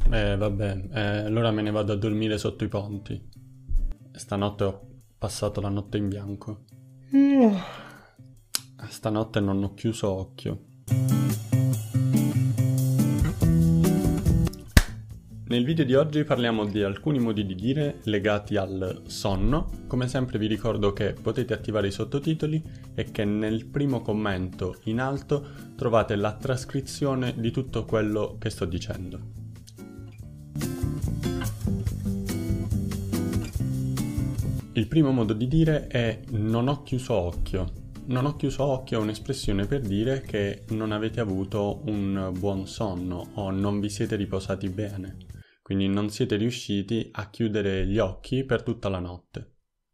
Allora me ne vado a dormire sotto i ponti. Stanotte ho passato la notte in bianco. Stanotte non ho chiuso occhio. Nel video di oggi parliamo di alcuni modi di dire legati al sonno. Come sempre vi ricordo che potete attivare i sottotitoli e che nel primo commento in alto trovate la trascrizione di tutto quello che sto dicendo. Il primo modo di dire è non ho chiuso occhio. Non ho chiuso occhio è un'espressione per dire che non avete avuto un buon sonno o non vi siete riposati bene. Quindi non siete riusciti a chiudere gli occhi per tutta la notte.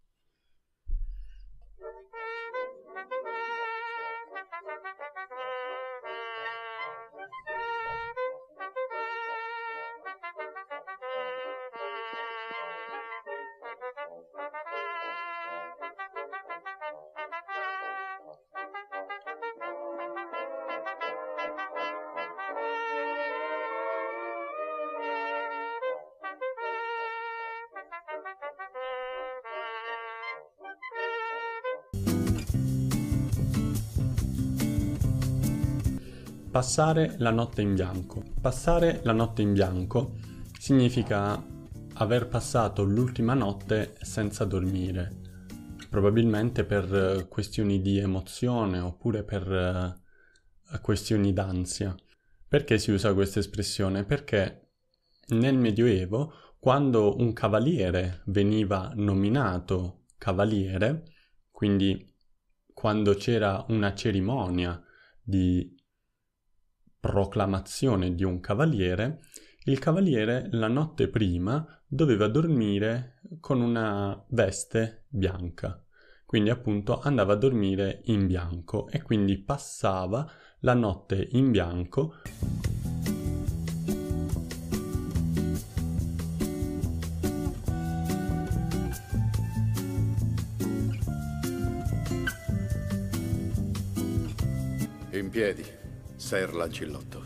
Passare la notte in bianco. Passare la notte in bianco significa aver passato l'ultima notte senza dormire, probabilmente per questioni di emozione oppure per questioni d'ansia. Perché si usa questa espressione? Perché nel Medioevo, quando un cavaliere veniva nominato cavaliere, quindi quando c'era una cerimonia di proclamazione di un cavaliere, il cavaliere la notte prima doveva dormire con una veste bianca, quindi appunto andava a dormire in bianco e quindi passava la notte in bianco. In piedi, Ser Lancillotto.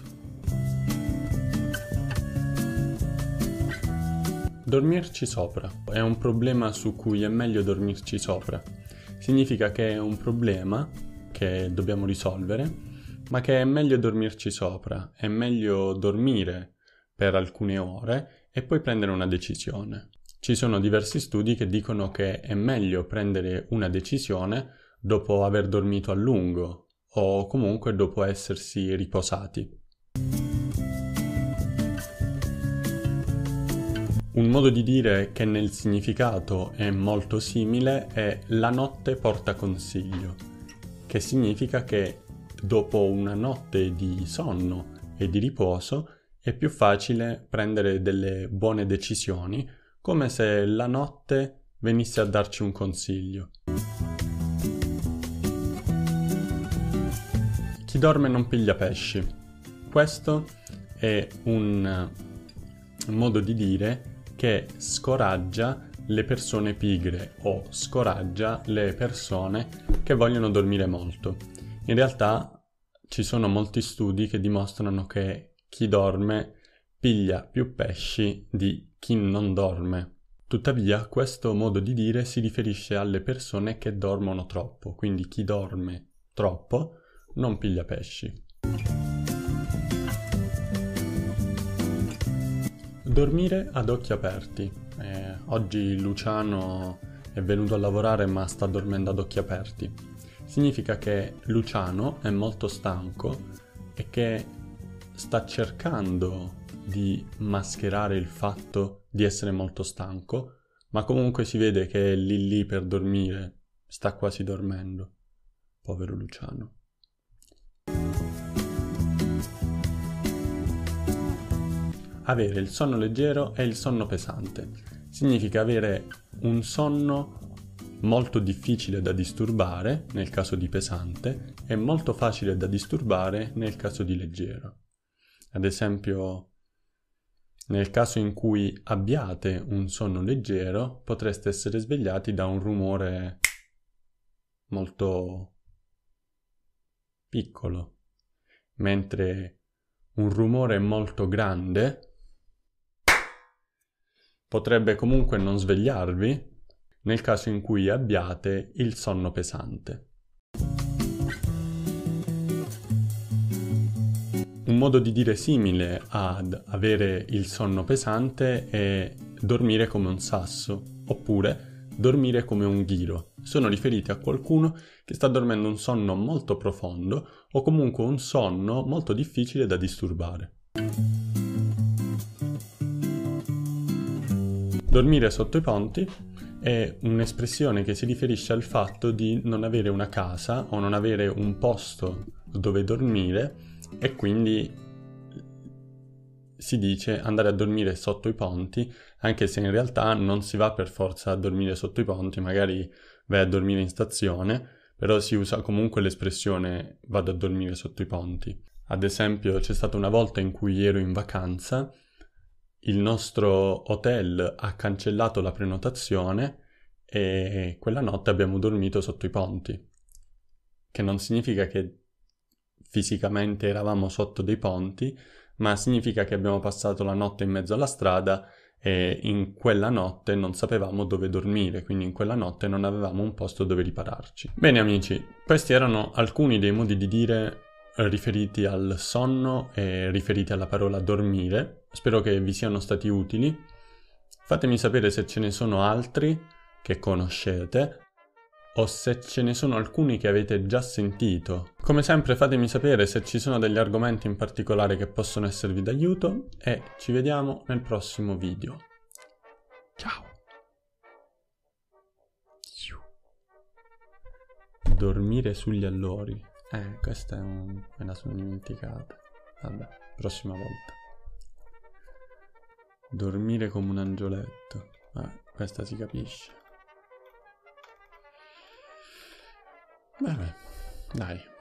Dormirci sopra è un problema su cui è meglio dormirci sopra. Significa che è un problema che dobbiamo risolvere, ma che è meglio dormirci sopra. È meglio dormire per alcune ore e poi prendere una decisione. Ci sono diversi studi che dicono che è meglio prendere una decisione dopo aver dormito a lungo o comunque dopo essersi riposati. Un modo di dire che nel significato è molto simile è la notte porta consiglio, che significa che dopo una notte di sonno e di riposo è più facile prendere delle buone decisioni, come se la notte venisse a darci un consiglio. Chi dorme non piglia pesci. Questo è un modo di dire che scoraggia le persone pigre o scoraggia le persone che vogliono dormire molto. In realtà ci sono molti studi che dimostrano che chi dorme piglia più pesci di chi non dorme. Tuttavia, questo modo di dire si riferisce alle persone che dormono troppo, quindi chi dorme troppo non piglia pesci. Dormire ad occhi aperti. Oggi Luciano è venuto a lavorare ma sta dormendo ad occhi aperti. Significa che Luciano è molto stanco e che sta cercando di mascherare il fatto di essere molto stanco, ma comunque si vede che è lì per dormire, sta quasi dormendo. Povero Luciano. Avere il sonno leggero e il sonno pesante. Significa avere un sonno molto difficile da disturbare nel caso di pesante e molto facile da disturbare nel caso di leggero. Ad esempio, nel caso in cui abbiate un sonno leggero, potreste essere svegliati da un rumore molto piccolo, mentre un rumore molto grande Potrebbe comunque non svegliarvi nel caso in cui abbiate il sonno pesante. Un modo di dire simile ad avere il sonno pesante è dormire come un sasso, oppure dormire come un ghiro. Sono riferiti a qualcuno che sta dormendo un sonno molto profondo o comunque un sonno molto difficile da disturbare. Dormire sotto i ponti è un'espressione che si riferisce al fatto di non avere una casa o non avere un posto dove dormire e quindi si dice andare a dormire sotto i ponti, anche se in realtà non si va per forza a dormire sotto i ponti, magari vai a dormire in stazione, però si usa comunque l'espressione vado a dormire sotto i ponti. Ad esempio, c'è stata una volta in cui ero in vacanza, il nostro hotel ha cancellato la prenotazione e quella notte abbiamo dormito sotto i ponti, che non significa che fisicamente eravamo sotto dei ponti, ma significa che abbiamo passato la notte in mezzo alla strada e in quella notte non sapevamo dove dormire, quindi in quella notte non avevamo un posto dove ripararci. Bene amici, questi erano alcuni dei modi di dire riferiti al sonno e riferiti alla parola dormire. Spero che vi siano stati utili. Fatemi sapere se ce ne sono altri che conoscete o se ce ne sono alcuni che avete già sentito. Come sempre fatemi sapere se ci sono degli argomenti in particolare che possono esservi d'aiuto e ci vediamo nel prossimo video. Ciao! Dormire sugli allori. Questa è me la sono dimenticata. Vabbè, prossima volta. Dormire come un angioletto. Questa si capisce. Vabbè, dai.